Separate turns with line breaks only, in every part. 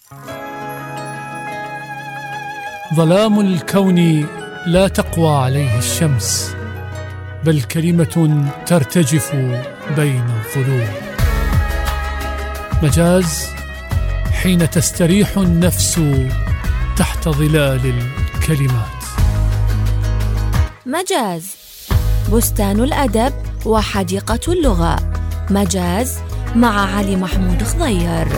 ظلام الكون لا تقوى عليه الشمس، بل كلمة ترتجف بين الظلوم. مجاز حين تستريح النفس تحت ظلال الكلمات.
مجاز بستان الأدب وحديقة اللغة. مجاز مع علي محمود خضير.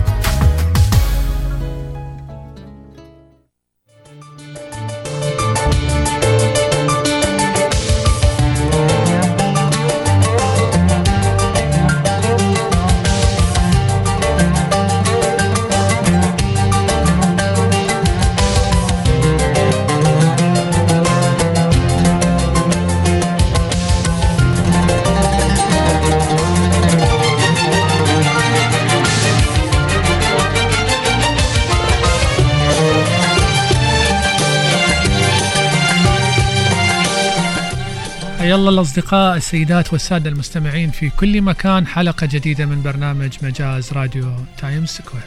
يلا الأصدقاء السيدات والسادة المستمعين في كل مكان، حلقة جديدة من برنامج مجاز راديو تايمز سكوير.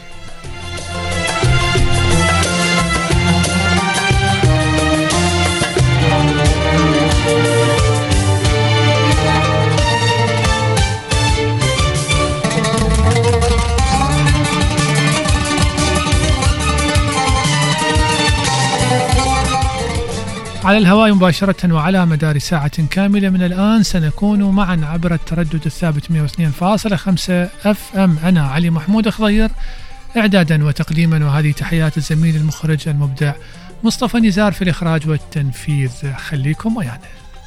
على الهواء مباشرة وعلى مدار ساعة كاملة من الآن سنكون معا عبر التردد الثابت 102.5 FM. أنا علي محمود خضير إعدادا وتقديما، وهذه تحيات الزميل المخرج المبدع مصطفى نزار في الإخراج والتنفيذ. خليكم ويانا.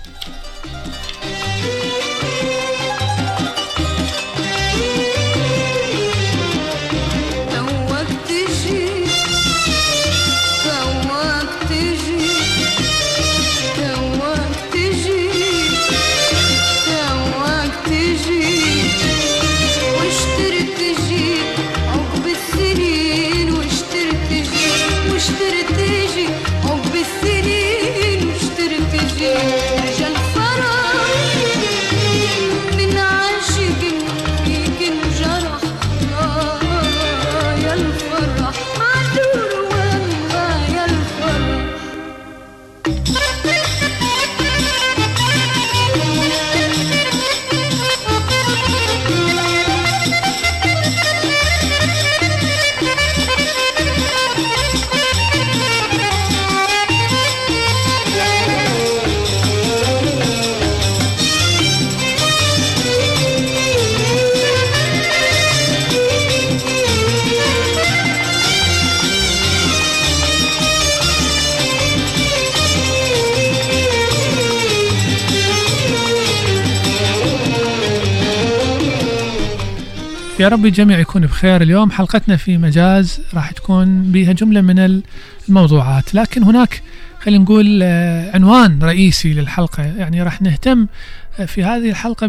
يا رب الجميع يكون بخير. اليوم حلقتنا في مجاز راح تكون بها جملة من الموضوعات، لكن هناك خلينا نقول عنوان رئيسي للحلقة. يعني راح نهتم في هذه الحلقة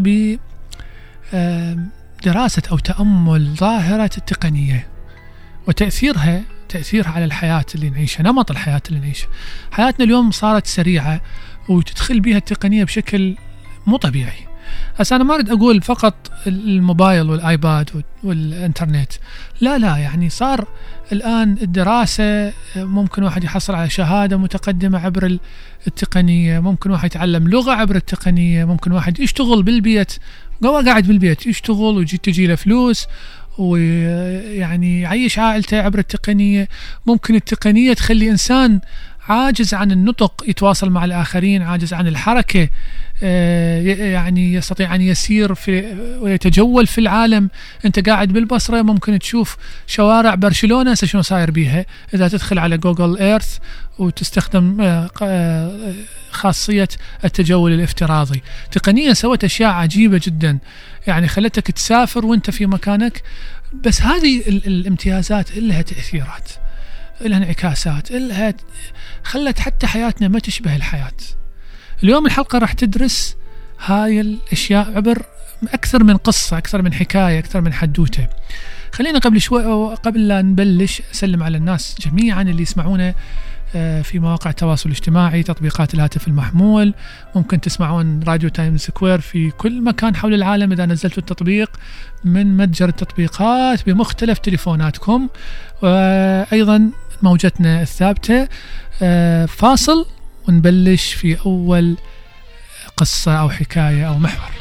بدراسة أو تأمل ظاهرة التقنية وتأثيرها على الحياة اللي نعيشها، نمط الحياة اللي نعيشها. حياتنا اليوم صارت سريعة وتدخل بها التقنية بشكل مو طبيعي. هسه أنا ما أريد أقول فقط الموبايل والآيباد والإنترنت، لا يعني صار الآن الدراسة ممكن واحد يحصل على شهادة متقدمة عبر التقنية، ممكن واحد يتعلم لغة عبر التقنية، ممكن واحد يشتغل بالبيت، قاعد بالبيت يشتغل وتجي له فلوس ويعني يعيش عائلته عبر التقنية. ممكن التقنية تخلي إنسان عاجز عن النطق يتواصل مع الآخرين، عاجز عن الحركة، يعني يستطيع أن يسير ويتجول في العالم. أنت قاعد بالبصرة ممكن تشوف شوارع برشلونة شنو صاير بيها إذا تدخل على جوجل إيرث وتستخدم خاصية التجول الافتراضي. تقنيا سوت أشياء عجيبة جدا، يعني خلتك تسافر وانت في مكانك. بس هذه الامتيازات لها تأثيرات، لها انعكاسات، لها خلت حتى حياتنا ما تشبه الحياة. اليوم الحلقة راح تدرس هاي الأشياء عبر أكثر من قصة، أكثر من حكاية، أكثر من حدوتة. خلينا قبل لا نبلش أسلم على الناس جميعا اللي يسمعونا في مواقع التواصل الاجتماعي، تطبيقات الهاتف المحمول. ممكن تسمعون راديو تايمز سكوير في كل مكان حول العالم إذا نزلتوا التطبيق من متجر التطبيقات بمختلف تليفوناتكم. وأيضا موجتنا الثابتة. فاصل ونبلش في أول قصة أو حكاية أو محور.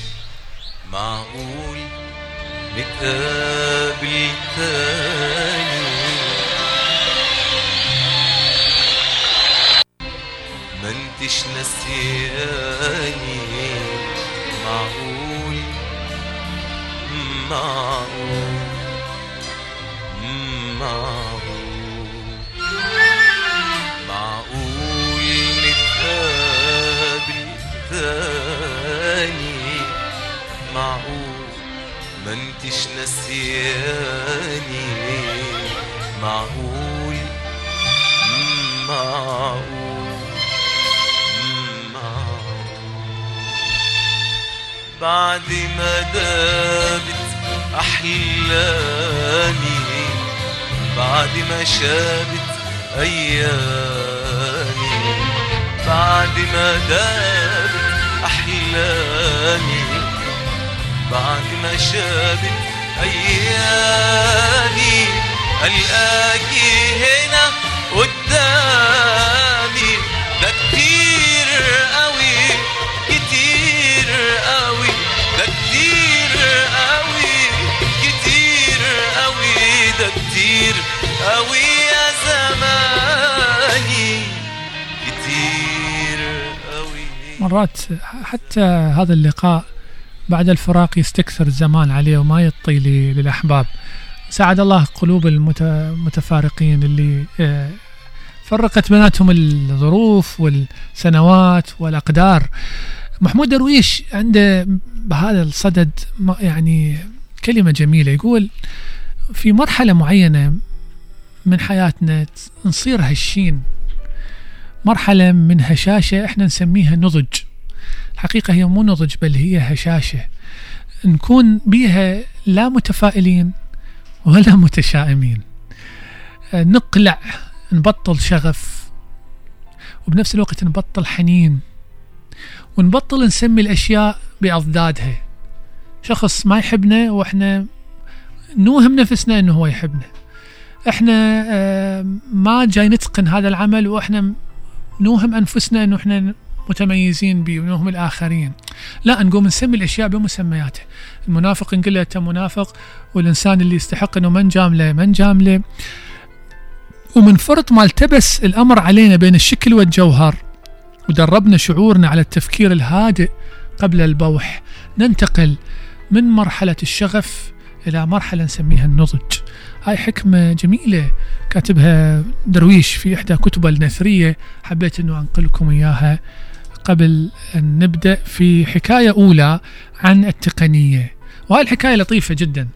معقول نتقابل تاني، ما انتش نسياني، معقول معقول معقول معقول نتقابل تاني، معقول ما انتش نسياني، معقول معقول معقول بعد ما دابت أحلامي، بعد ما شابت أيامي، بعد ما دابت أحلامي، بعد ما شابت أيامي، ألقاكي هنا قدامي. ده كتير قوي كتير قوي، ده كتير قوي كتير قوي، ده كتير قوي يا زماني، كتير قوي.
مرات حتى هذا اللقاء بعد الفراق يستكثر الزمان عليه وما يطي للأحباب. ساعد الله قلوب المتفارقين اللي فرقت بيناتهم الظروف والسنوات والأقدار. محمود درويش عنده بهذا الصدد يعني كلمة جميلة، يقول في مرحلة معينة من حياتنا نصير هشين، مرحلة من هشاشة احنا نسميها نضج. الحقيقة هي مو نضج بل هي هشاشة، نكون بيها لا متفائلين ولا متشائمين، نقلع، نبطل شغف، وبنفس الوقت نبطل حنين، ونبطل نسمي الأشياء بأضدادها. شخص ما يحبنا وإحنا نوهم نفسنا إنه هو يحبنا، إحنا ما جاي نتقن هذا العمل وإحنا نوهم أنفسنا إنه إحنا متميزين به ونوهم الآخرين. لا، نقوم نسمي الأشياء بمسمياتها. المنافق نقول له أنت منافق، والإنسان اللي يستحق إنه من جامله. ومن فرط ما التبس الأمر علينا بين الشكل والجوهر ودربنا شعورنا على التفكير الهادئ قبل البوح، ننتقل من مرحلة الشغف إلى مرحلة نسميها النضج. هاي حكمة جميلة كاتبها درويش في إحدى كتبه النثرية، حبيت أنه أنقلكم إياها قبل أن نبدأ في حكاية أولى عن التقنية. وهاي الحكاية لطيفة جدا.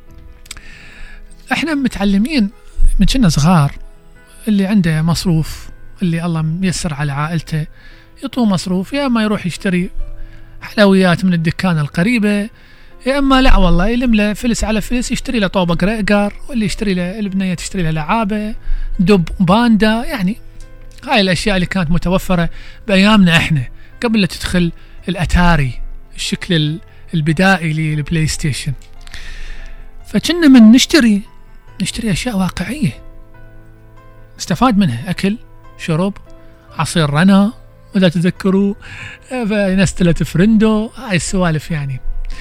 احنا متعلمين من كنا صغار، اللي عنده مصروف، اللي الله ميسر على عائلته يطوه مصروف، يا اما يروح يشتري حلويات من الدكان القريبة، يا اما لا والله يلم له فلس على فلس يشتري له طوبق رقر، واللي يشتري له البنية تشتري له لعابة دب باندا. يعني هاي الاشياء اللي كانت متوفرة بايامنا احنا قبل لا تدخل الاتاري، الشكل البدائي للبلاي ستيشن. فكنا من نشتري اشياء واقعية استفاد منها، اكل، شرب، عصير رنا ولا تذكروا، نستلة فرندو، هاي السوالف يعني.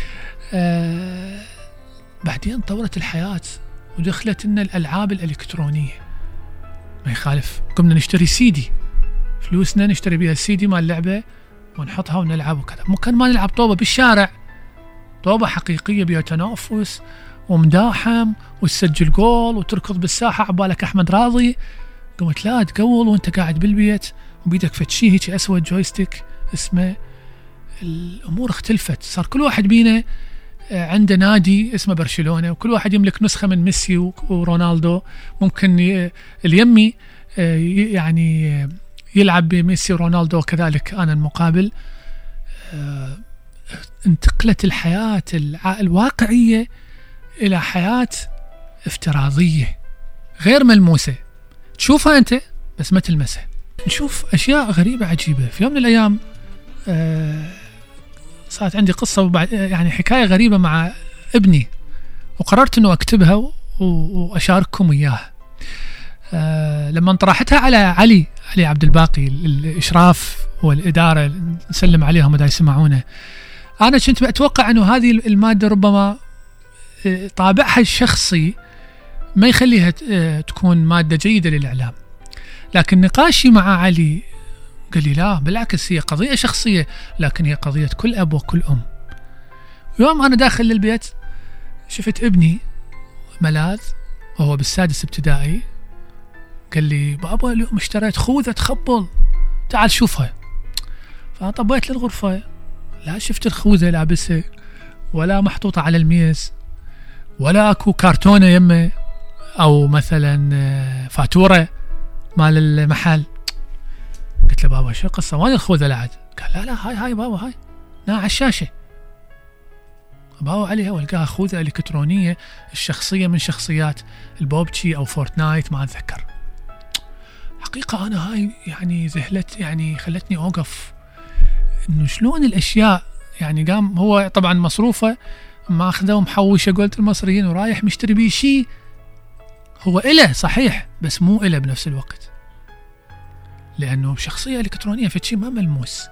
بعدين طورت الحياة ودخلت لنا الألعاب الإلكترونية، ما يخالف قمنا نشتري سيدي، فلوسنا نشتري بها السيدي مال اللعبة ونحطها ونلعب وكذا. مو كان ما نلعب طوبة بالشارع، طوبة حقيقية بها تنافس ومداحم وتسجل جول وتركض بالساحة عبالك أحمد راضي. قمت لا تقول وانت قاعد بالبيت وبيدك فتشي هيك أسود جويستيك اسمه. الأمور اختلفت، صار كل واحد بينا عنده نادي اسمه برشلونة، وكل واحد يملك نسخة من ميسي ورونالدو. ممكن اليمي يعني يلعب بميسي ورونالدو وكذلك أنا المقابل. انتقلت الحياة الواقعية إلى حياة افتراضية غير ملموسة، تشوفها أنت بس ما تلمسه. نشوف أشياء غريبة عجيبة. في يوم من الأيام صارت عندي قصة يعني حكاية غريبة مع ابني، وقررت أنه أكتبها وأشارككم إياها. لما طرحتها على علي عبد الباقي الإشراف والإدارة، نسلم عليهم إذا يسمعونه، أنا كنت أتوقع أنه هذه المادة ربما طابعها الشخصي ما يخليها تكون مادة جيدة للإعلام، لكن نقاشي مع علي قال لي لا بالعكس، هي قضية شخصية لكن هي قضية كل أب وكل أم. يوم أنا داخل للبيت شفت ابني ملاذ وهو بالسادس ابتدائي، قال لي بابا اليوم اشتريت خوذة تخبل، تعال شوفها. فطبيت للغرفة، لا شفت الخوذة لابسها ولا محطوطة على الميز ولا اكو كرتونة يمه او مثلا فاتورة مال المحل. قلت له بابا شو قصة، وين الخوذة لعد؟ قال لا هاي بابا، هاي على الشاشة. بابا عليها والقاها خوذة إلكترونية الشخصية من شخصيات البوبجي أو فورتنايت ما أتذكر. حقيقة أنا هاي يعني ذهلت، يعني خلتني أوقف إنه شلون الأشياء، يعني قام هو طبعا مصروفة ما أخذه ومحوشة قلت المصريين ورايح مشتري بيه شيء هو إله صحيح بس مو إله بنفس الوقت، لأنه شخصية إلكترونية فشي ما ملموس.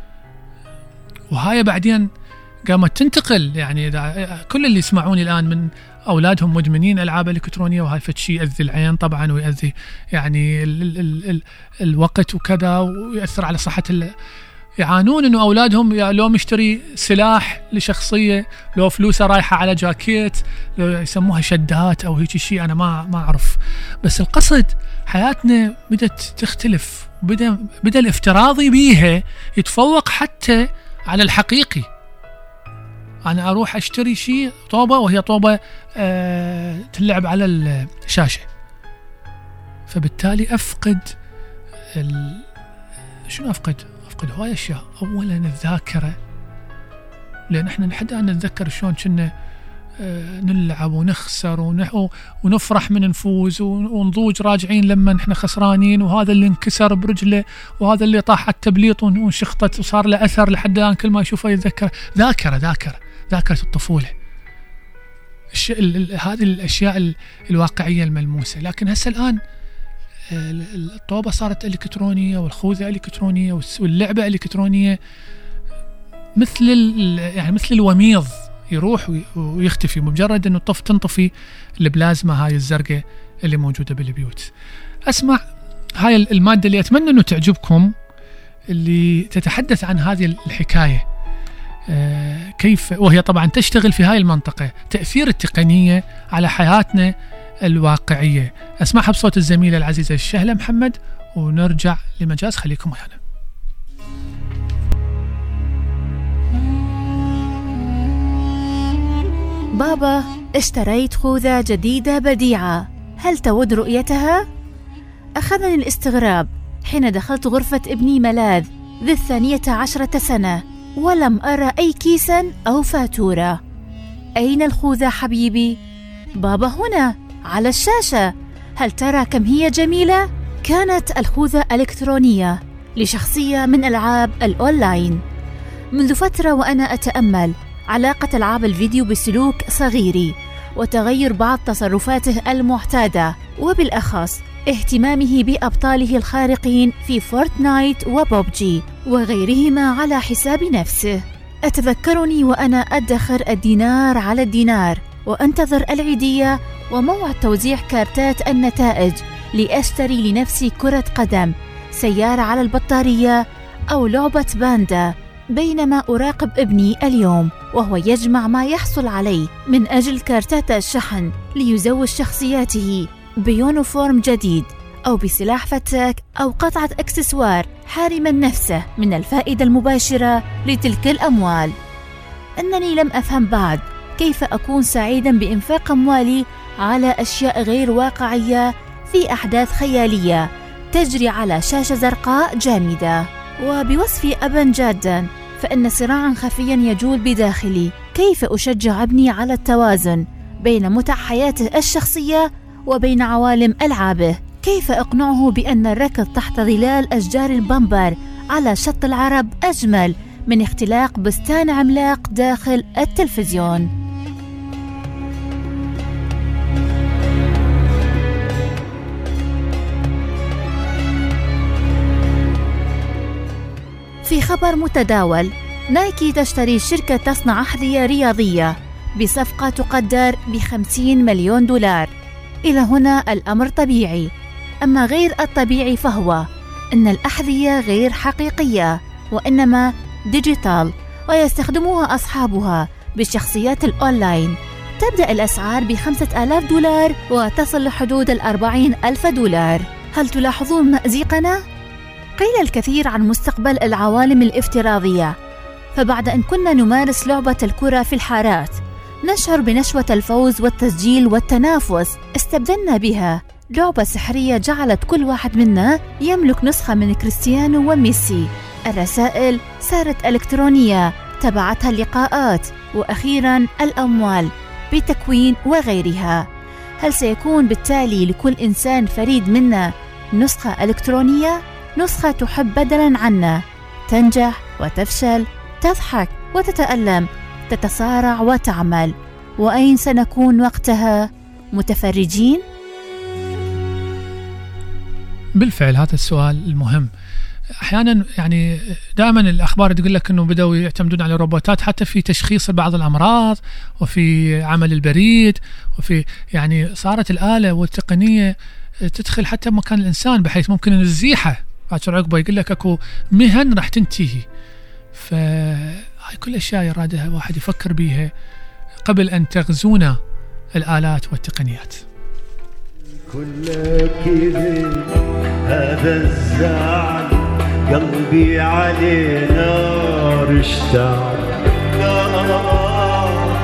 وهاي بعدين قامت تنتقل، يعني كل اللي يسمعوني الآن من أولادهم مدمنين ألعاب إلكترونية، وهاي فشي يأذي العين طبعا ويأذي يعني الوقت وكذا، ويأثر على صحة يعانون إنه أولادهم لو مشتري سلاح لشخصية، لو فلوسه رايحة على جاكيت، لو يسموها شدات أو هيك شيء، أنا ما أعرف. بس القصد حياتنا بدأت تختلف، بدأ الافتراضي بيها يتفوق حتى على الحقيقي. أنا أروح أشتري شيء طوبة وهي طوبة تلعب على الشاشة، فبالتالي أفقد شنو أفقد هواي أشياء. أولا الذاكرة، لأن إحنا نحدى أن نتذكر شلون كنا نلعب ونخسر ونفرح من نفوز ونضوج راجعين لما نحن خسرانين، وهذا اللي انكسر برجله وهذا اللي طاح على التبليط وانشخطت وصار له أثر لحد الآن كل ما يشوفه يتذكر. ذاكرة الطفولة، هذه الأشياء الواقعية الملموسة. لكن هسه الآن الطوبة صارت إلكترونية والخوذة إلكترونية واللعبة إلكترونية، مثل الوميض يروح ويختفي بمجرد أنه تنطفي البلازما هاي الزرقاء اللي موجودة بالبيوت. أسمع هاي المادة اللي أتمنى أنه تعجبكم، اللي تتحدث عن هذه الحكاية، كيف وهي طبعا تشتغل في هاي المنطقة، تأثير التقنية على حياتنا الواقعية. أسمعها بصوت الزميلة العزيزة الشهلة محمد ونرجع لمجاز. خليكم ويانا.
بابا اشتريت خوذة جديدة بديعة، هل تود رؤيتها؟ أخذني الاستغراب حين دخلت غرفة ابني ملاذ ذي 12 سنة ولم أرى أي كيسا أو فاتورة. أين الخوذة حبيبي؟ بابا هنا على الشاشة، هل ترى كم هي جميلة؟ كانت الخوذة إلكترونية لشخصية من ألعاب الأونلاين. منذ فترة وأنا أتأمل علاقة ألعاب الفيديو بسلوك صغيري وتغير بعض تصرفاته المعتادة، وبالأخص اهتمامه بأبطاله الخارقين في فورتنايت وبوبجي وغيرهما على حساب نفسه. أتذكرني وأنا أدخر الدينار على الدينار وأنتظر العيدية وموعد توزيع كارتات النتائج لأشتري لنفسي كرة قدم، سيارة على البطارية أو لعبة باندا، بينما أراقب ابني اليوم وهو يجمع ما يحصل عليه من أجل كارتات الشحن ليزوج شخصياته بيونيفورم جديد أو بسلاح فتاك أو قطعة إكسسوار، حارما نفسه من الفائدة المباشرة لتلك الأموال. أنني لم أفهم بعد كيف أكون سعيدا بإنفاق أموالي على أشياء غير واقعية في أحداث خيالية تجري على شاشة زرقاء جامدة. وبوصفي أبا جادا فإن صراعا خفيا يجول بداخلي، كيف أشجع ابني على التوازن بين متع حياته الشخصية وبين عوالم ألعابه؟ كيف أقنعه بأن الركض تحت ظلال أشجار البمبر على شط العرب أجمل من اختلاق بستان عملاق داخل التلفزيون؟ في خبر متداول، نايكي تشتري شركة تصنع أحذية رياضية بصفقة تقدر ب$50 مليون. إلى هنا الأمر طبيعي، أما غير الطبيعي فهو أن الأحذية غير حقيقية وإنما ديجيتال، ويستخدموها أصحابها بالشخصيات الأونلاين. تبدأ الأسعار $5,000 وتصل لحدود $40,000. هل تلاحظون مأزيقنا؟ قيل الكثير عن مستقبل العوالم الافتراضية، فبعد أن كنا نمارس لعبة الكرة في الحارات نشعر بنشوة الفوز والتسجيل والتنافس، استبدلنا بها لعبة سحرية جعلت كل واحد منا يملك نسخة من كريستيانو وميسي. الرسائل صارت إلكترونية، تبعتها اللقاءات، وأخيراً الأموال بتكوين وغيرها. هل سيكون بالتالي لكل إنسان فريد منا نسخة إلكترونية؟ نسخة تحب بدلاً عنا، تنجح وتفشل، تضحك وتتألم، تتصارع وتعمل. وأين سنكون وقتها؟ متفرجين؟
بالفعل هذا السؤال المهم. أحيانا يعني دائما الأخبار تقول لك أنه بدأوا يعتمدون على الروبوتات حتى في تشخيص بعض الأمراض وفي عمل البريد، وفي يعني صارت الآلة والتقنية تدخل حتى مكان الإنسان، بحيث ممكن أن الزيحة باكر عقبه يقول لك أكو مهن راح تنتهي. فهاي كل أشياء يرادها واحد يفكر بيها قبل أن تغزونا الآلات والتقنيات.
كل كذب هذا الزعل، قلبي عليه نار اشتعل، نار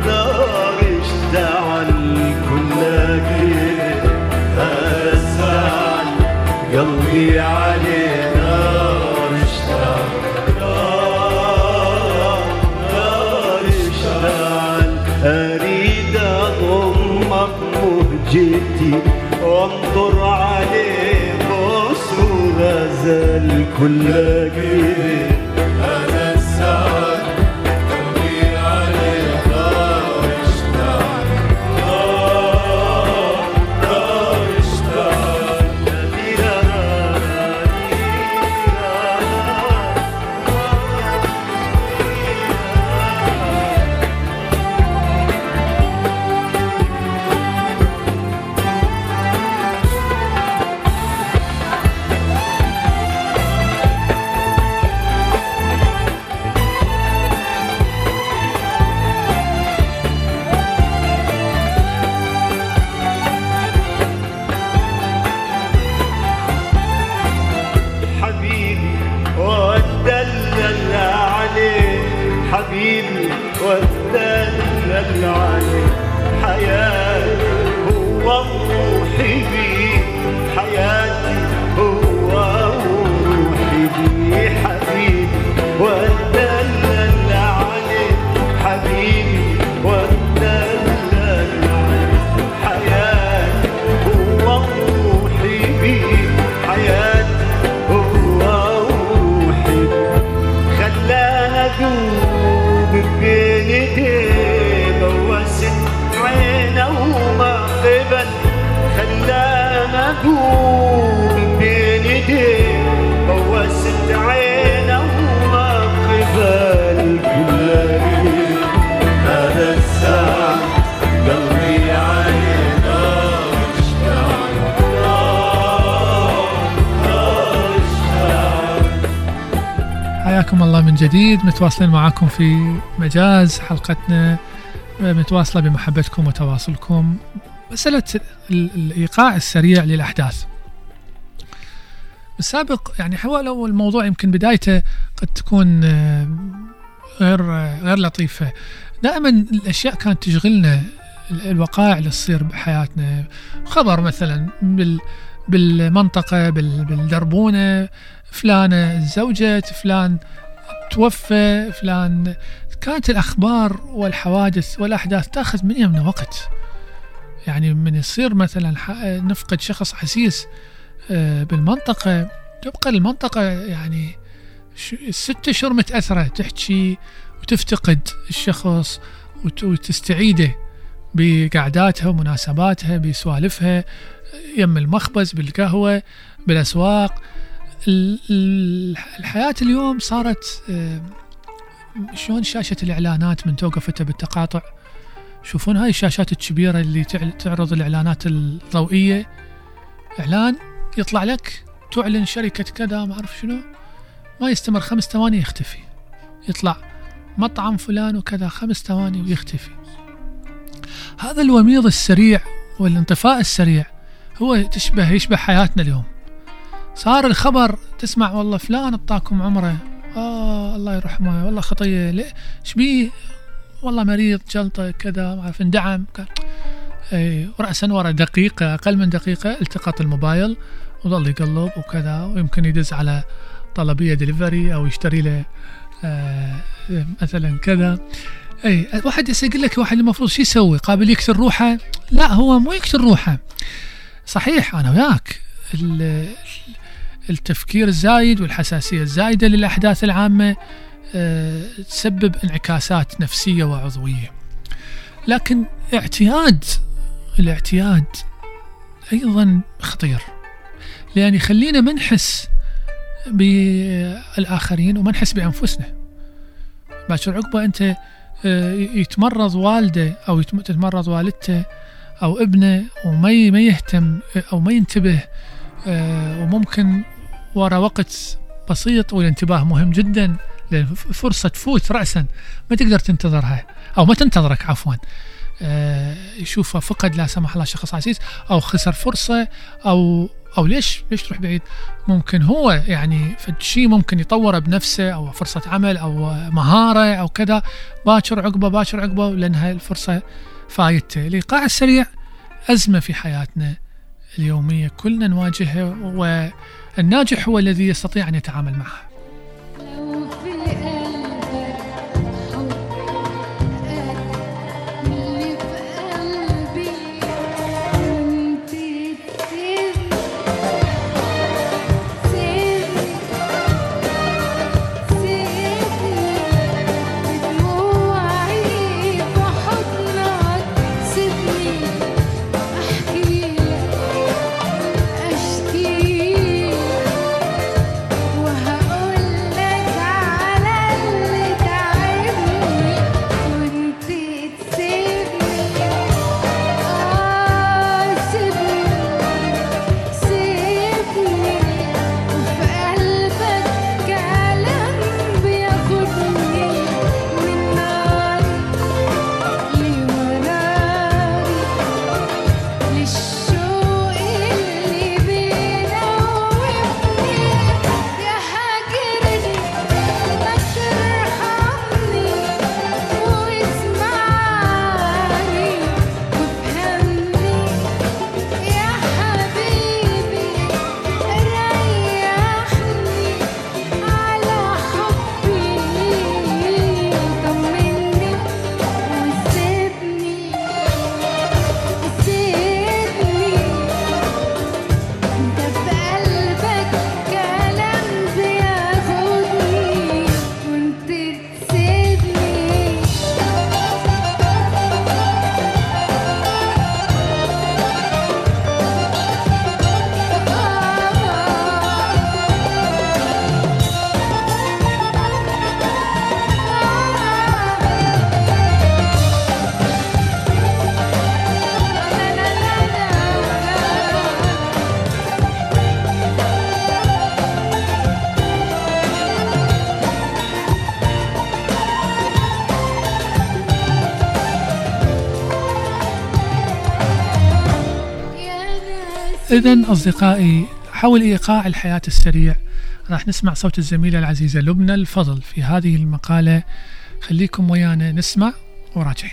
اشتعل. كل كذب هذا الزعل، قلبي عليه نار اشتعل، نار اشتعل. أريد أضمك مهجتي وانظر عليه بوس وغزل. كل كذب هذا الزعل، قلبي عليه نار اشتعل، نار اشتعل. حبيبي والدلل عليه، حياتي هو روحي بيه، حياتي هو روحي بيه. حبيبي والدلل عليه، حبيبي والدلل عليه، حياتي هو روحي بيه، حياتي هو روحي بيه. خلانا ادوب بين ايديه، بوست عينه وما قبل. خلانا ادوب بين ايديه، بوست عينه وما قبل. كل ليل هذا الساعة قلبي عليه نار اشتعل، نار اشتعل.
حياكم الله من جديد، متواصلين معاكم في مجاز. حلقتنا متواصلة بمحبتكم وتواصلكم. مسألة الإيقاع السريع للأحداث. بالسابق يعني حوالي الموضوع يمكن بدايته قد تكون غير لطيفة. دائما الأشياء كانت تشغلنا، الوقائع اللي تصير بحياتنا، خبر مثلا بالمنطقة بالدربونة، فلانة زوجة فلان توفى، فلان. كانت الأخبار والحوادث والأحداث تأخذ من يومنا وقت. يعني من يصير مثلا نفقد شخص عزيز بالمنطقة، تبقى المنطقة يعني 6 أشهر متأثرة، تحكي وتفتقد الشخص وتستعيده بقعداتها ومناسباتها بسوالفها، يم المخبز، بالقهوة، بالأسواق. الحياة اليوم صارت شلون شاشة الإعلانات من توقفتها بالتقاطع، شوفون هاي الشاشات الكبيرة اللي تعرض الإعلانات الضوئية، إعلان يطلع لك تعلن شركة كذا ما أعرف شنو، ما يستمر 5 ثواني يختفي، يطلع مطعم فلان وكذا 5 ثواني ويختفي. هذا الوميض السريع والانطفاء السريع هو يشبه حياتنا اليوم. صار الخبر تسمع والله فلان اطاكم عمره، الله يرحمه، والله خطية، شبيه، والله مريض، جلطة كذا، ما أعرف، اندعم، رأسا ورا دقيقة، أقل من دقيقة التقط الموبايل وظل يقلب وكذا، ويمكن يدز على طلبية ديليفري أو يشتري له مثلا كذا. واحد يقول لك واحد المفروض شو يسوي؟ قابل يكسر روحه؟ لا، هو مو يكسر روحه. صحيح أنا وياك التفكير الزايد والحساسية الزايدة للأحداث العامة تسبب انعكاسات نفسية وعضوية، لكن الاعتياد أيضا خطير، لأن يخلينا ما نحس بالآخرين وما نحس بأنفسنا. باكر عقبة أنت يتمرض والده أو تتمرض والدته أو ابنه وما يهتم أو ما ينتبه، وممكن وراء وقت بسيط، والانتباه مهم جدا لأن فرصة تفوت رأسا ما تقدر تنتظرها أو ما تنتظرك عفوا، يشوفه فقد لا سمح الله شخص عزيز أو خسر فرصة أو ليش تروح بعيد، ممكن هو يعني شيء ممكن يطوره بنفسه أو فرصة عمل أو مهارة أو كذا، باكر عقبة لأنها الفرصة فايته. الإيقاع السريع أزمة في حياتنا اليومية كلنا نواجهها، والناجح هو الذي يستطيع أن يتعامل معها. إذن أصدقائي، حول إيقاع الحياة السريع راح نسمع صوت الزميلة العزيزة لبنى الفضل في هذه المقالة. خليكم ويانا نسمع وراجعين.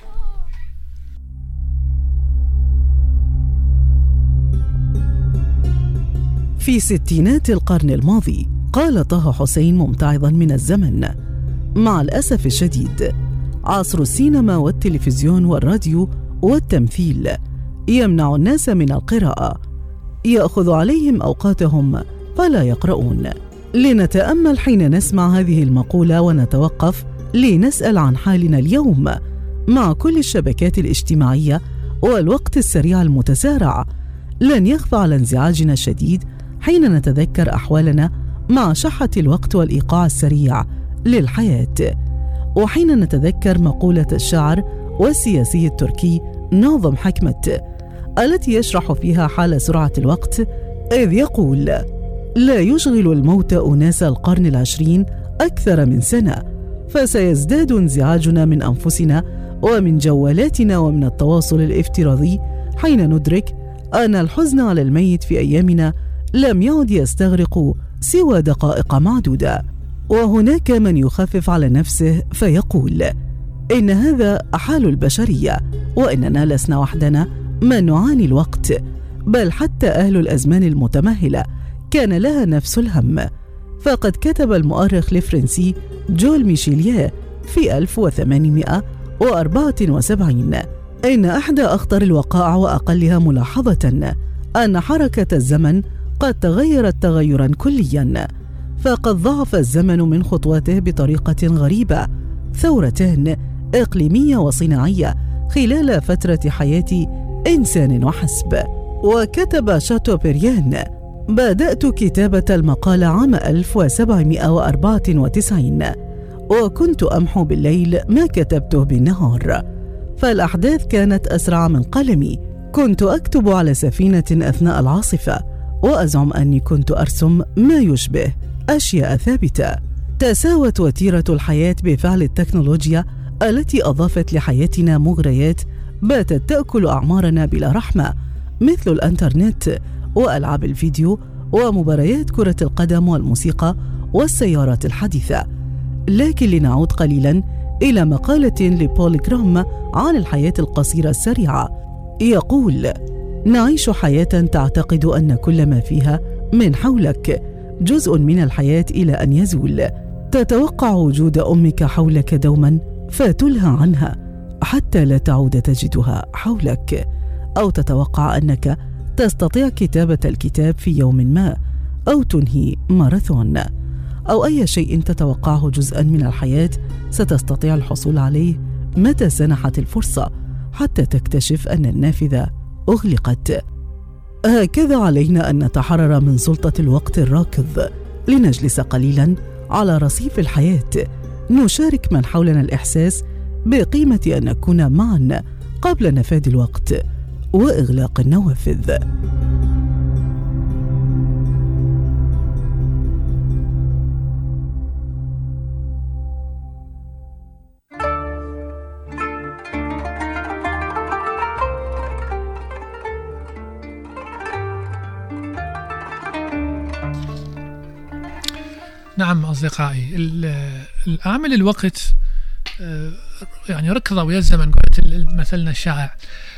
في ستينات القرن الماضي قال طه حسين ممتعضا من الزمن: مع الأسف الشديد عصر السينما والتلفزيون والراديو والتمثيل يمنع الناس من القراءة، يأخذ عليهم أوقاتهم فلا يقرؤون. لنتأمل حين نسمع هذه المقولة ونتوقف لنسأل عن حالنا اليوم مع كل الشبكات الاجتماعية والوقت السريع المتسارع. لن يخفى على انزعاجنا الشديد حين نتذكر أحوالنا مع شحة الوقت والإيقاع السريع للحياة، وحين نتذكر مقولة الشاعر والسياسي التركي ناظم حكمت التي يشرح فيها حال سرعة الوقت، إذ يقول: لا يشغل الموت أناس القرن العشرين أكثر من سنة، فسيزداد انزعاجنا من أنفسنا ومن جوالاتنا ومن التواصل الافتراضي حين ندرك أن الحزن على الميت في أيامنا لم يعد يستغرق سوى دقائق معدودة. وهناك من يخفف على نفسه فيقول: إن هذا حال البشرية، وإننا لسنا وحدنا من نعاني الوقت، بل حتى أهل الأزمان المتمهلة كان لها نفس الهم. فقد كتب المؤرخ الفرنسي جول ميشيليه في 1874 إن إحدى أخطر الوقائع وأقلها ملاحظة أن حركة الزمن قد تغيرت تغيرا كليا، فقد ضعف الزمن من خطواته بطريقة غريبة، ثورتان إقليمية وصناعية خلال فترة حياة إنسان وحسب. وكتب شاتوبريان: بدأت كتابة المقالة عام 1794 وكنت أمحو بالليل ما كتبته بالنهار، فالأحداث كانت أسرع من قلمي. كنت أكتب على سفينة أثناء العاصفة، وأزعم أني كنت أرسم ما يشبه أشياء ثابتة. تساوت وتيرة الحياة بفعل التكنولوجيا التي أضافت لحياتنا مغريات باتت تأكل أعمارنا بلا رحمة، مثل الإنترنت وألعاب الفيديو ومباريات كرة القدم والموسيقى والسيارات الحديثة. لكن لنعود قليلا إلى مقالة لبول جرام عن الحياة القصيرة السريعة. يقول: نعيش حياة تعتقد أن كل ما فيها من حولك جزء من الحياة إلى أن يزول. تتوقع وجود أمك حولك دوما فتلهى عنها حتى لا تعود تجدها حولك، أو تتوقع أنك تستطيع كتابة الكتاب في يوم ما، أو تنهي ماراثون، أو أي شيء تتوقعه جزءا من الحياة ستستطيع الحصول عليه متى سنحت الفرصة، حتى تكتشف أن النافذة أغلقت. هكذا علينا أن نتحرر من سلطة الوقت الراكض، لنجلس قليلا على رصيف الحياة، نشارك من حولنا الإحساس بقيمة أن نكون معا قبل نفاذ الوقت وإغلاق النوافذ.
نعم أصدقائي، العامل الوقت يعني ركض ويا الزمن، قلت مثلنا الشائع،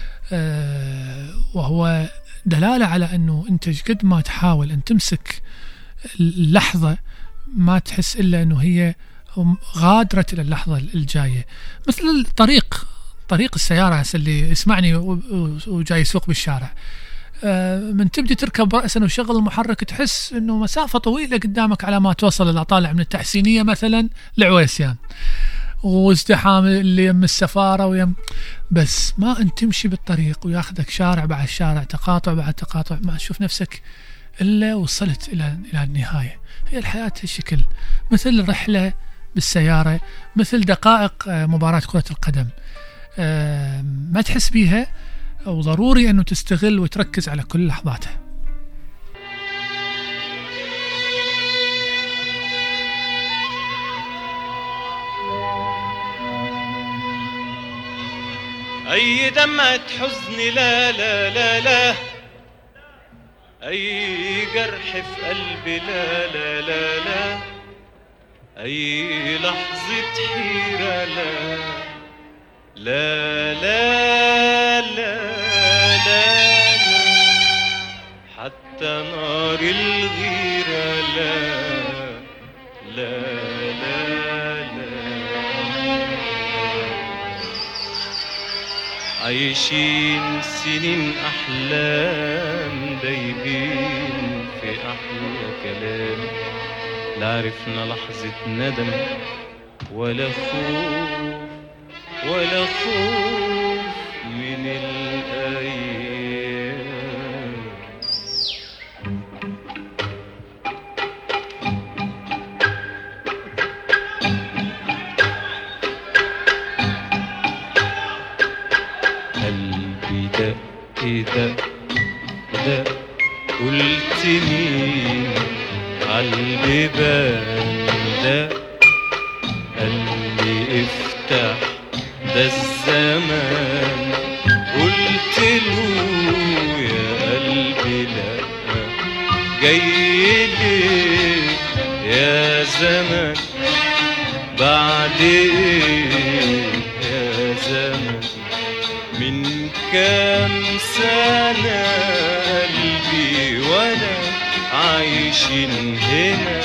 وهو دلالة على أنه أنت قد ما تحاول أن تمسك اللحظة ما تحس إلا أنه هي غادرت إلى اللحظة الجاية. مثل طريق السيارة اللي يسمعني وجاي يسوق بالشارع، من تبدي تركب رأسا وشغل المحرك تحس أنه مسافة طويلة قدامك على ما توصل إلى طالع من التحسينية مثلا لعويسيان، وازدحام اللي يم السفارة بس ما أنت تمشي بالطريق وياخذك شارع بعد شارع، تقاطع بعد تقاطع، ما تشوف نفسك إلا وصلت إلى النهاية. هي الحياة هالشكل، مثل رحلة بالسيارة، مثل دقائق مباراة كرة القدم، ما تحس بيها، وضروري أنه تستغل وتركز على كل لحظاتها.
أي دمعة حزن لا لا لا لا، أي جرح في قلبي لا لا لا لا، أي لحظة حيرة لا لا لا لا لا، حتى نار الغيرة لا لا لا لا. عايشين سنين أحلام دايبين في أحلى كلام، لا عرفنا لحظة ندم ولا خوف ولا خوف من الأيام. قلبي دق دق دق، قلت مين عالبيبان دق، قلبي افتح ده الزمان، قلت له يا قلبي لا، جاي ليه يا زمان بعد ايه يا زمان، من كام سنة قلبي وانا عايشين هنا،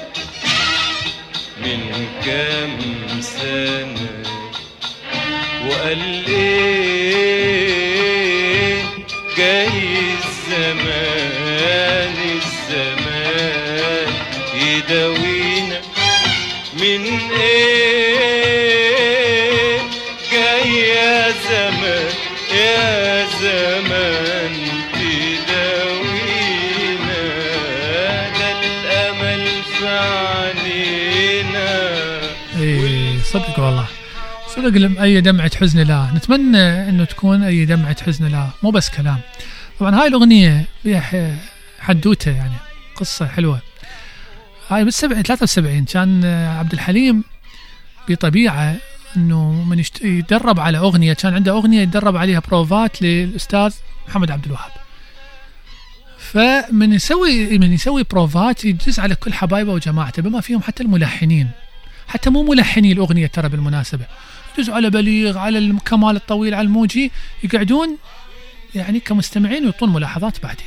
من كام سنة وقال ايه جاي الزمان الزمان يداوينا، من ايه جاي يا زمان يا زمان تداوينا، ده الامل في عينينا.
ايه صدق والله، صدق أي دمعة حزن لا، نتمنى أنه تكون أي دمعة حزن لا، مو بس كلام. طبعا هاي الأغنية بيها حدوتة يعني، قصة حلوة. هاي بال73 كان عبد الحليم بطبيعة أنه من يدرب على أغنية، كان عنده أغنية يدرب عليها بروفات للأستاذ محمد عبد الوهاب، فمن يسوي بروفات يجلس على كل حبايبه وجماعته بما فيهم حتى الملحنين، حتى مو ملحني الأغنية ترى بالمناسبة، يجوز على بليغ، على الكمال الطويل، على الموجي، يقعدون يعني كمستمعين ويعطون ملاحظات بعدين.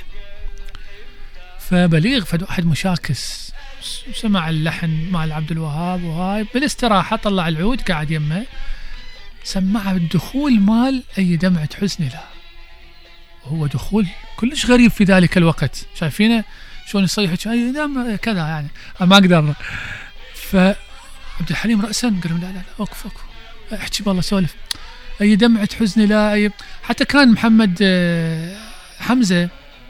فبليغ فد واحد مشاكس سمع اللحن مال عبد الوهاب وهاي بالاستراحة، طلع العود قاعد يمه، سمعه الدخول مال أي دمعة حزن له، وهو دخول كلش غريب في ذلك الوقت، شايفينه شلون يصيح أي دم كذا يعني، ما أقدر. عبد الحليم رأسا قال لا لا لا أوقف احكي بالله سولف، أي دمعة حزن لا أي. حتى كان محمد حمزة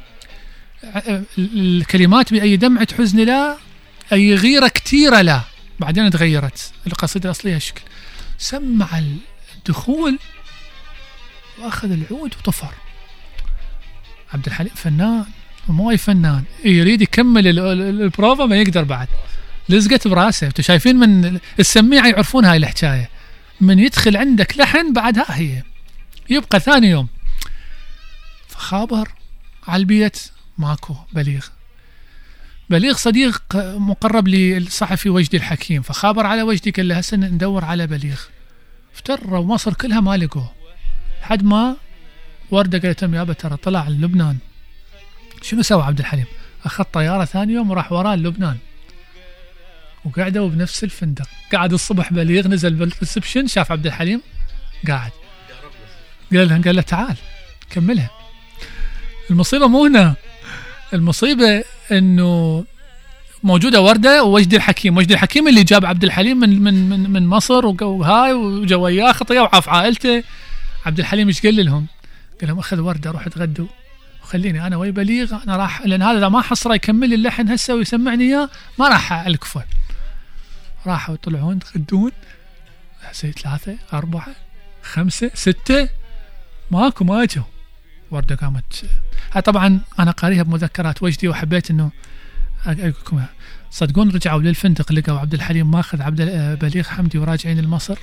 الكلمات بأي دمعة حزن لا أي غيرة كتيرة لا، بعدين تغيرت القصيدة الأصلية الشكل، سمع الدخول وأخذ العود وطفر. عبد الحليم فنان ومو أي فنان، يريد يكمل البروفا ما يقدر بعد، لزقت براسه. انتوا شايفين من السميعة يعرفون هاي الحكاية، من يدخل عندك لحن بعدها هي يبقى ثاني يوم. فخابر على البيت ماكو بليغ صديق مقرب للصحفي وجدي الحكيم، فخابر على وجدي قال له هسه ندور على بليغ، افتروا مصر كلها ما لقوه، حد ما وردة قالت لهم يابا ترى طلع لبنان. شنو سوى عبد الحليم؟ أخذ طيارة ثاني يوم وراح وراه لبنان، وقعدوا بنفس الفندق. قعد الصبح بليغ نزل بالريسبشن شاف عبد الحليم قاعد، قال له تعال كملها. المصيبة مو هنا، المصيبة انه موجودة وردة ووجدي الحكيم اللي جاب عبد الحليم من مصر وهاي وجو وياه خطية وعاف عائلته. عبد الحليم ايش قال لهم؟ قال لهم اخذ وردة روح اتغدوا وخليني انا ويا بليغ، انا راح، لان هذا اذا ما حصره يكمل لي اللحن هسه ويسمعني اياه ما راح الكفه. راحوا يطلعون يتغدون، هسه 3 4 5 6 ماكو ما اجوا. وردة قامت، طبعا انا قاريها بمذكرات وجدي وحبيت انه اقولكم صدقون. رجعوا للفندق لقوا عبد الحليم ماخذ بليغ حمدي وراجعين لمصر.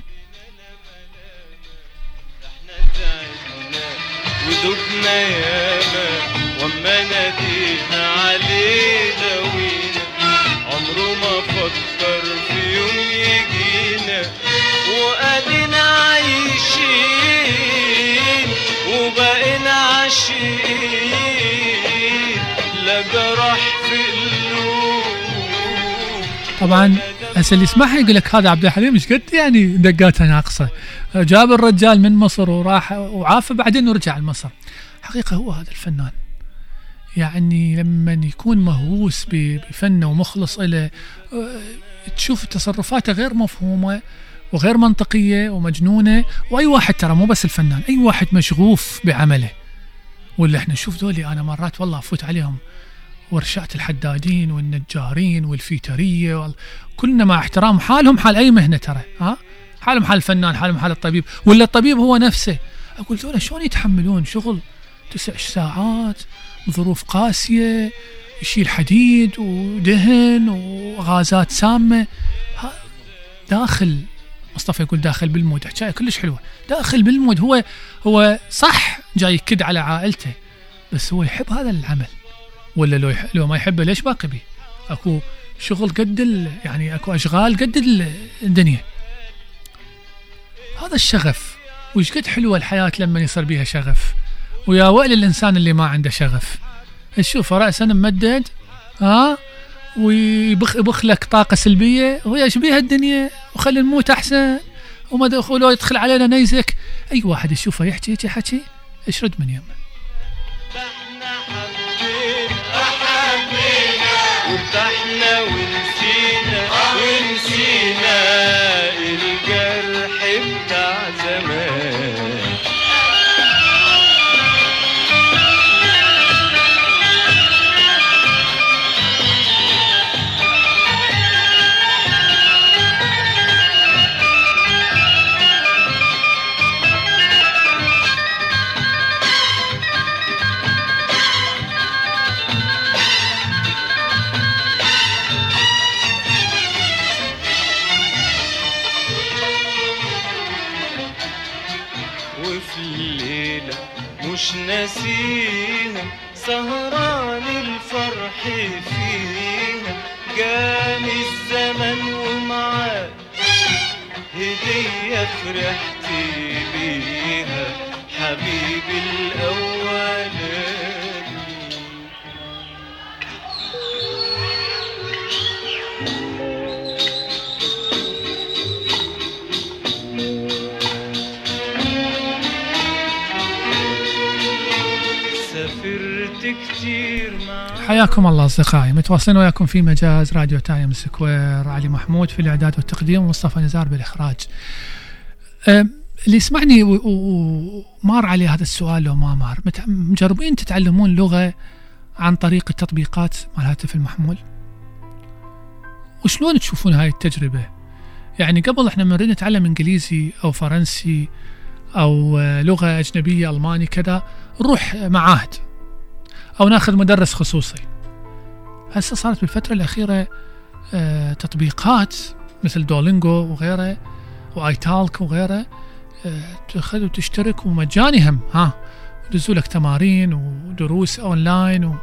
ودبنا ياما وما نادينا عليه دوينا، عمره ما فكر في يوم يجينا، وقالنا عايشين وبقينا عاشقين، لا جرح في قلوب.
طبعا هسه اللي يسمعها يقول لك هذا عبد الحليم ايش قد يعني دقاتها ناقصه، جاب الرجال من مصر وراح وعاف بعدين ورجع لمصر. حقيقه هو هذا الفنان، يعني لما يكون مهووس بفنه ومخلص له، تشوف تصرفاته غير مفهومه وغير منطقيه ومجنونه. واي واحد ترى مو بس الفنان، اي واحد مشغوف بعمله. ولا احنا نشوف دولي، انا مرات والله افوت عليهم ورشات الحدادين والنجارين والفيتريه كلنا مع احترام حالهم حال اي مهنه ترى، حالهم حال الفنان، حالهم حال الطبيب، ولا الطبيب هو نفسه. اقول دول شلون يتحملون شغل 9 ساعات، ظروف قاسيه، يشيل حديد ودهن وغازات سامه. داخل مصطفى يقول داخل بالمود، حكايه كلش حلوه، داخل بالمود. هو صح جاي يكد على عائلته، بس هو يحب هذا العمل. ولا لو ما يحبه ليش باقي بيه؟ اكو شغل قد يعني اكو اشغال قد الدنيا. هذا الشغف، وش قد حلوه الحياه لما يصير بيها شغف. ويا ويل الانسان اللي ما عنده شغف، تشوفه راسا ممدد ويبخ لك طاقه سلبيه، ويا ايش بيها الدنيا وخلي نموت احسن، ولو يدخل علينا نيزك. اي واحد يشوفه يحكي حكي اشرد من يمه.
وارتحنا ونسينا الجرح بتاع زمان. مش ناسينا سهران الفرح فينا، جاني الزمن ومعاه هدية فرحت بيها حبيبي الأولاني.
حياكم الله أصدقائي، متواصلين وياكم في مجاز راديو تايم سكوير. علي محمود في الإعداد والتقديم، ومصطفى نزار بالإخراج. اللي يسمعني ومار عليه هذا السؤال لو ما مار، مجربين تتعلمون لغة عن طريق التطبيقات مال الهاتف المحمول؟ وشلون تشوفون هاي التجربة؟ يعني قبل احنا نريد نتعلم إنجليزي أو فرنسي أو لغة أجنبية ألماني كذا، نروح معاهد أو ناخذ مدرس خصوصي. هسه صارت بالفترة الأخيرة تطبيقات مثل دولينجو وغيره وآيتالك وغيره، تأخذ وتشترك ومجاني هم، يدزوا لك تمارين ودروس أونلاين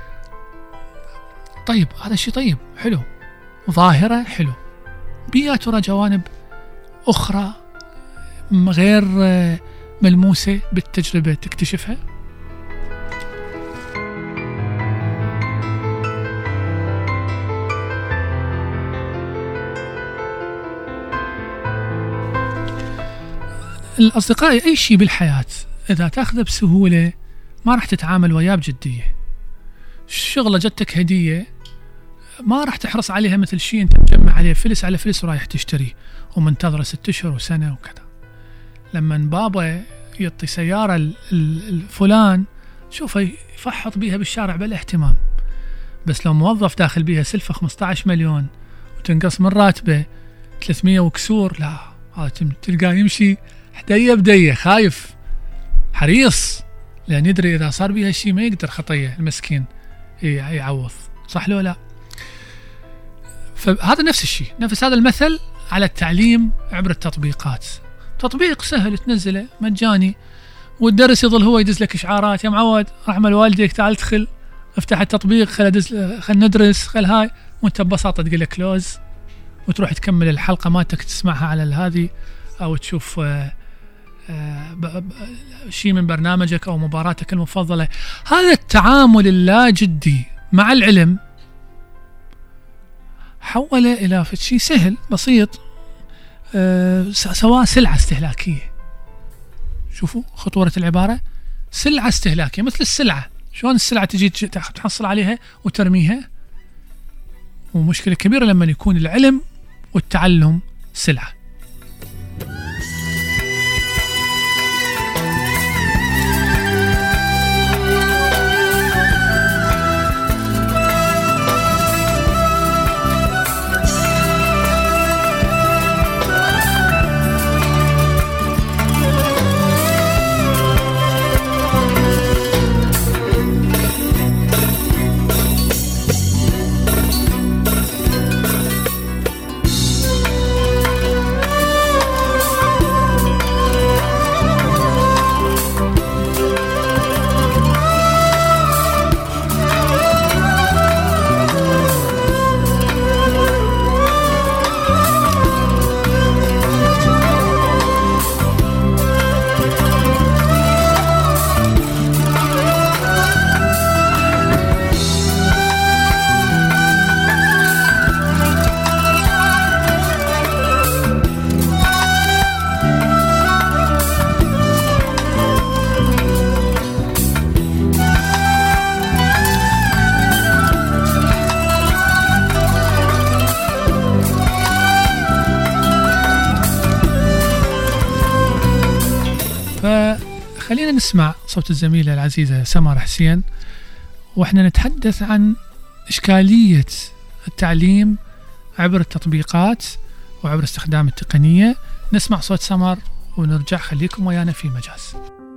طيب هذا شيء طيب حلو، ظاهرة حلو. بيئة ترى جوانب أخرى غير ملموسة بالتجربة تكتشفها. الأصدقاء، أي شيء بالحياة إذا تأخذه بسهولة ما راح تتعامل وياه بجدية. الشغلة جتك هدية ما راح تحرص عليها مثل شيء أنت مجمع عليه فلس على فلس ورايح تشتري ومنتظرة 6 أشهر وسنة وكذا. لما بابا يعطي سيارة الفلان شوفه يفحط بيها بالشارع بالاهتمام، بس لو موظف داخل بيها سلفة 15 مليون وتنقص من راتبه 300 وكسور، لا هذا تلقاه يمشي حدية بدية خايف حريص، لأن يدري إذا صار بيها شيء ما يقدر خطية المسكين يعوض، صح لو لا؟ فهذا نفس الشيء، نفس هذا المثل على التعليم عبر التطبيقات. تطبيق سهل تنزله مجاني، والدرس يظل هو يدز لك إشعارات، يا معود رحمة والديك تعال ادخل افتح التطبيق خل ندرس خل هاي، وانت ببساطة تقول لك كلوز وتروح تكمل الحلقة مالتك تسمعها على هذه، أو تشوف شيء من برنامجك أو مباراتك المفضلة. هذا التعامل اللا جدي مع العلم حوله إلى شيء سهل بسيط، سواء سلعة استهلاكية. شوفوا خطورة العبارة، سلعة استهلاكية مثل السلعة. شلون السلعة تجي تحصل عليها وترميها؟ ومشكلة كبيرة لما يكون العلم والتعلم سلعة. خلينا نسمع صوت الزميلة العزيزة سمر حسين وإحنا نتحدث عن إشكالية التعليم عبر التطبيقات وعبر استخدام التقنية. نسمع صوت سمر ونرجع. خليكم ويانا في مجاز.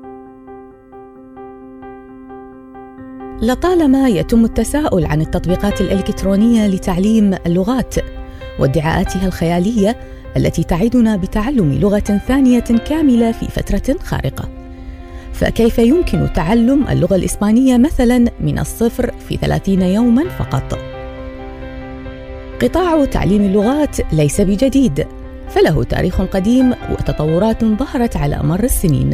لطالما يتم التساؤل عن التطبيقات الإلكترونية لتعليم اللغات وادعاءاتها الخيالية التي تعدنا بتعلم لغة ثانية كاملة في فترة خارقة. فكيف يمكن تعلم اللغة الإسبانية مثلاً من الصفر في 30 يوماً فقط؟ قطاع تعليم اللغات ليس بجديد، فله تاريخ قديم وتطورات ظهرت على مر السنين،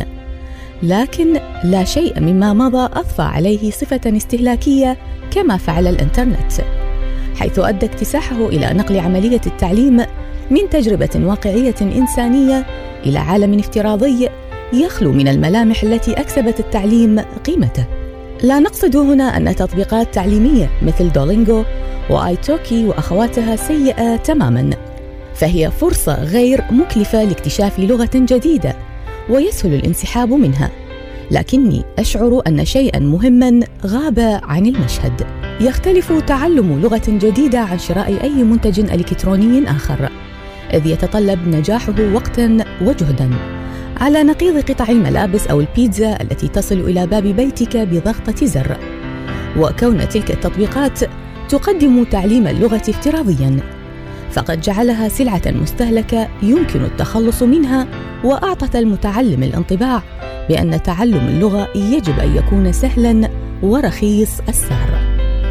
لكن لا شيء مما مضى أضفى عليه صفة استهلاكية كما فعل الإنترنت، حيث أدى اكتساحه إلى نقل عملية التعليم من تجربة واقعية إنسانية إلى عالم افتراضي يخلو من الملامح التي أكسبت التعليم قيمته. لا نقصد هنا أن تطبيقات تعليمية مثل دولينغو وآيتوكي وأخواتها سيئة تماماً، فهي فرصة غير مكلفة لاكتشاف لغة جديدة ويسهل الانسحاب منها، لكني أشعر أن شيئاً مهماً غاب عن المشهد. يختلف تعلم لغة جديدة عن شراء أي منتج إلكتروني آخر، إذ يتطلب نجاحه وقتاً وجهداً، على نقيض قطع الملابس أو البيتزا التي تصل إلى باب بيتك بضغطة زر. وكون تلك التطبيقات تقدم تعليم اللغة افتراضياً، فقد جعلها سلعة مستهلكة يمكن التخلص منها، وأعطت المتعلم الانطباع بأن تعلم اللغة يجب أن يكون سهلاً ورخيص السعر.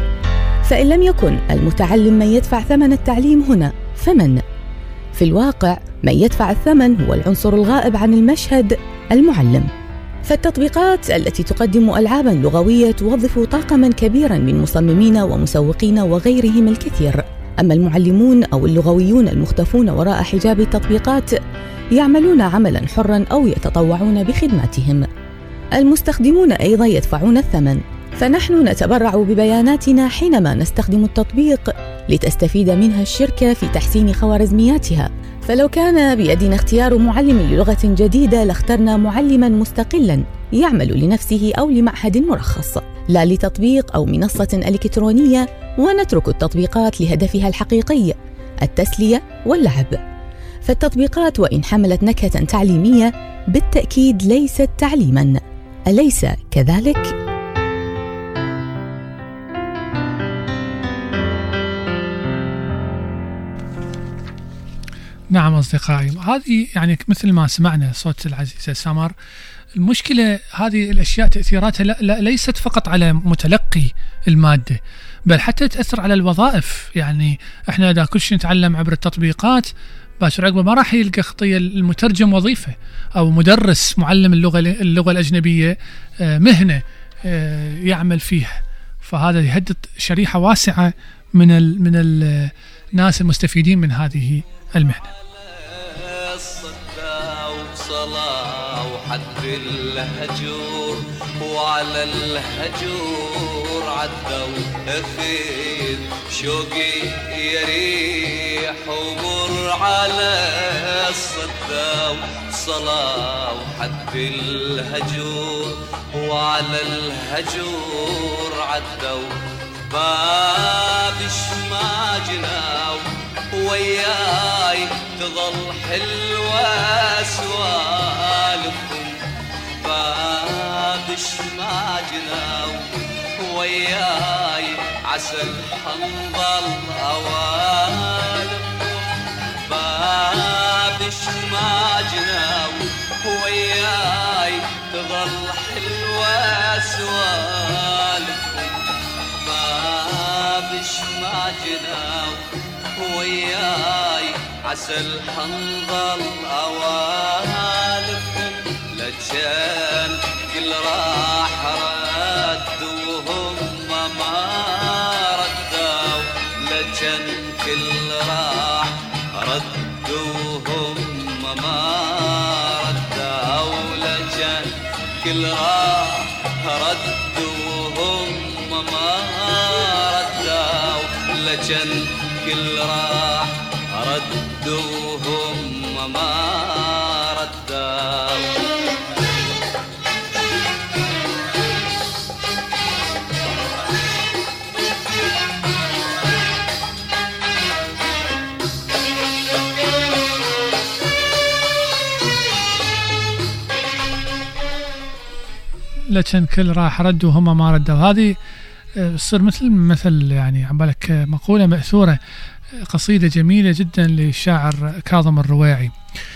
فإن لم يكن المتعلم من يدفع ثمن التعليم هنا، فمن؟ في الواقع من يدفع الثمن هو العنصر الغائب عن المشهد، المعلم. فالتطبيقات التي تقدم ألعاباً لغوية توظف طاقماً كبيراً من مصممين ومسوقين وغيرهم الكثير، أما المعلمون أو اللغويون المختفون وراء حجاب التطبيقات يعملون عملاً حراً أو يتطوعون بخدماتهم. المستخدمون أيضاً يدفعون الثمن، فنحن نتبرع ببياناتنا حينما نستخدم التطبيق لتستفيد منها الشركة في تحسين خوارزمياتها. فلو كان بيدنا اختيار معلم للغة جديدة لاخترنا معلماً مستقلاً يعمل لنفسه أو لمعهد مرخص، لا لتطبيق أو منصة إلكترونية، ونترك التطبيقات لهدفها الحقيقي، التسلية واللعب. فالتطبيقات وإن حملت نكهة تعليمية بالتأكيد ليست تعليماً، أليس كذلك؟
نعم أصدقائي، هذه يعني مثل ما سمعنا صوت العزيزة سمر، المشكلة هذه الأشياء تأثيراتها ليست فقط على متلقي المادة، بل حتى تأثر على الوظائف. يعني احنا إذا كل شيء نتعلم عبر التطبيقات، باشر عقبه ما راح يلقى خطية المترجم وظيفة، أو مدرس معلم اللغة الأجنبية مهنة يعمل فيها. فهذا يهدد شريحة واسعة من الناس المستفيدين من هذه المهنة.
صلاة وحد الهجور وعلى الهجور عدوا أخير شوقي يريح ومر على الصدى وصلاة وحد الهجور وعلى الهجور عدوا باب شماجنا وياي تظل حلوة سوالفكم باب شماجنا وياي عسل حنظل أوالفكم باب شماجنا وياي تظل حلوة سوالفكم باب شماجنا وياي عسل حنظل أوالفكم لجان كل راح رد وهم ما ردوا لجان كل راح رد وهم ما ردوا لجان كل راح رد وهم ما ردوا لجان كل راح ردوهم ما ردوا
لكن كل راح ردوا هم ما ردوا. هذه تصير مثل يعني عبالك مقولة مأثورة، قصيدة جميلة جدا للشاعر كاظم الرويعي.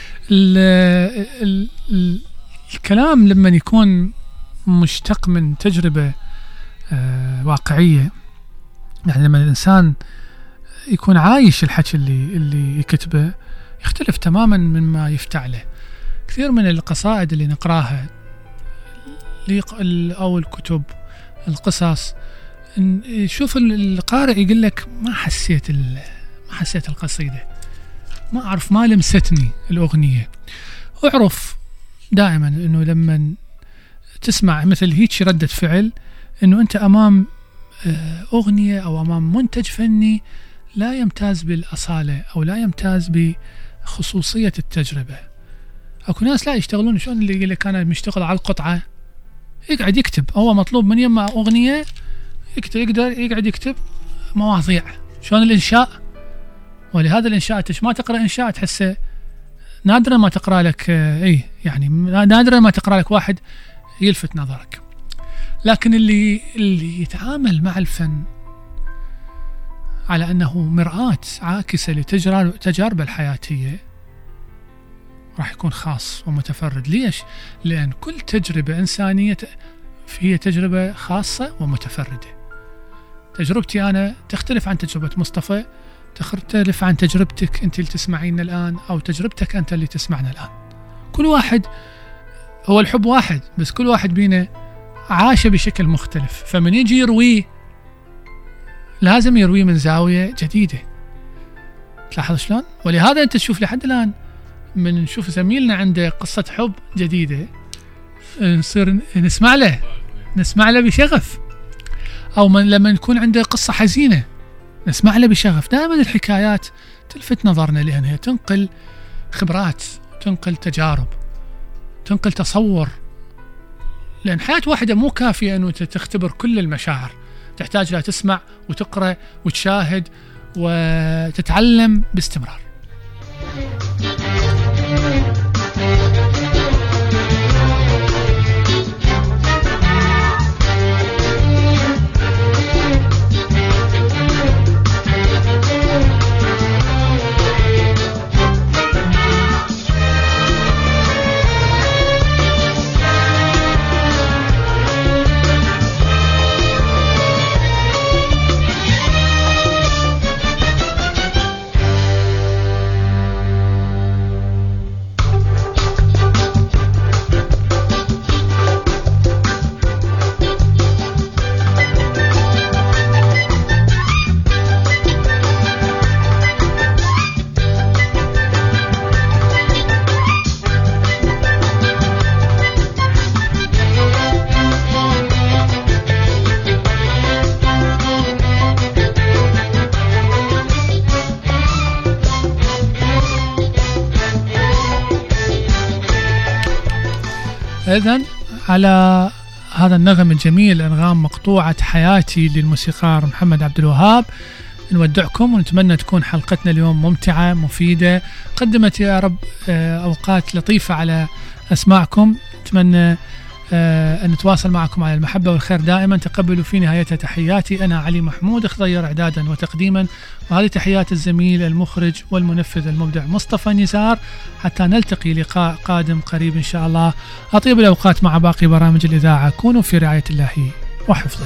الكلام لما يكون مشتق من تجربة واقعية، يعني لما الإنسان يكون عايش الحكي اللي يكتبه يختلف تماما مما يفتعله. كثير من القصائد اللي نقراها أو الكتب القصص، شوف القارئ يقول لك ما حسيت القصيدة، ما أعرف، ما لمستني الأغنية. أعرف دائما أنه لما تسمع مثل هيك ردة فعل أنه أنت أمام أغنية أو أمام منتج فني لا يمتاز بالأصالة أو لا يمتاز بخصوصية التجربة. أكو ناس لا يشتغلون شلون اللي يقول لك أنا مشتغل على القطعة، يقعد يكتب، هو مطلوب من يما أغنية يقدر يقعد يكتب مواضيع شلون الإنشاء. ولهذا الإنشاء أنت ما تقرأ إنشاء تحسه نادرا ما تقرأ لك يعني نادرا ما تقرأ لك واحد يلفت نظرك. لكن اللي يتعامل مع الفن على أنه مرآة عاكسة لتجاربه الحياتية راح يكون خاص ومتفرد. ليش؟ لأن كل تجربة إنسانية هي تجربة خاصة ومتفردة. تجربتي أنا تختلف عن تجربة مصطفى، تختلف عن تجربتك أنت اللي تسمعين الآن، أو تجربتك أنت اللي تسمعنا الآن. كل واحد هو الحب واحد، بس كل واحد بينا عاش بشكل مختلف، فمن يجي يرويه لازم يرويه من زاوية جديدة. تلاحظ شلون؟ ولهذا أنت تشوف لحد الآن من نشوف زميلنا عنده قصة حب جديدة نصير نسمع له بشغف، أو لما نكون عنده قصة حزينة نسمع له بشغف. دائما الحكايات تلفت نظرنا لأنها تنقل خبرات، تنقل تجارب، تنقل تصور. لأن حياة واحدة مو كافية أنه تختبر كل المشاعر، تحتاج لها تسمع وتقرأ وتشاهد وتتعلم باستمرار. إذن على هذا النغم الجميل أنغام مقطوعة حياتي للموسيقار محمد عبد الوهاب نودعكم، ونتمنى تكون حلقتنا اليوم ممتعة مفيدة، قدمت يا رب أوقات لطيفة على أسماعكم. نتمنى أن نتواصل معكم على المحبة والخير دائما. تقبلوا في نهايتها تحياتي، أنا علي محمود خضير إعدادا وتقديما، وهذه تحيات الزميل المخرج والمنفذ المبدع مصطفى نزار، حتى نلتقي لقاء قادم قريب إن شاء الله. أطيب الأوقات مع باقي برامج الإذاعة، كونوا في رعاية الله وحفظه.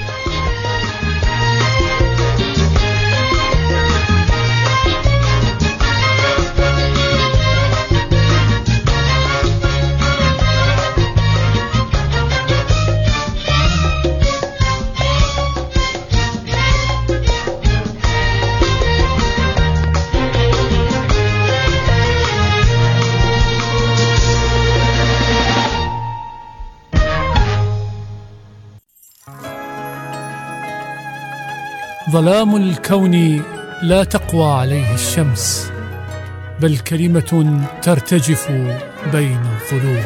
ظلام الكون لا تقوى عليه الشمس، بل كلمة ترتجف بين الظلوم.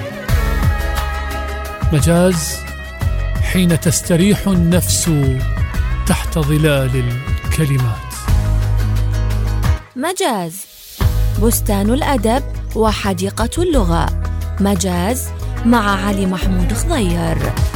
مجاز حين تستريح النفس تحت ظلال الكلمات.
مجاز بستان الأدب وحديقة اللغة. مجاز مع علي محمود خضير.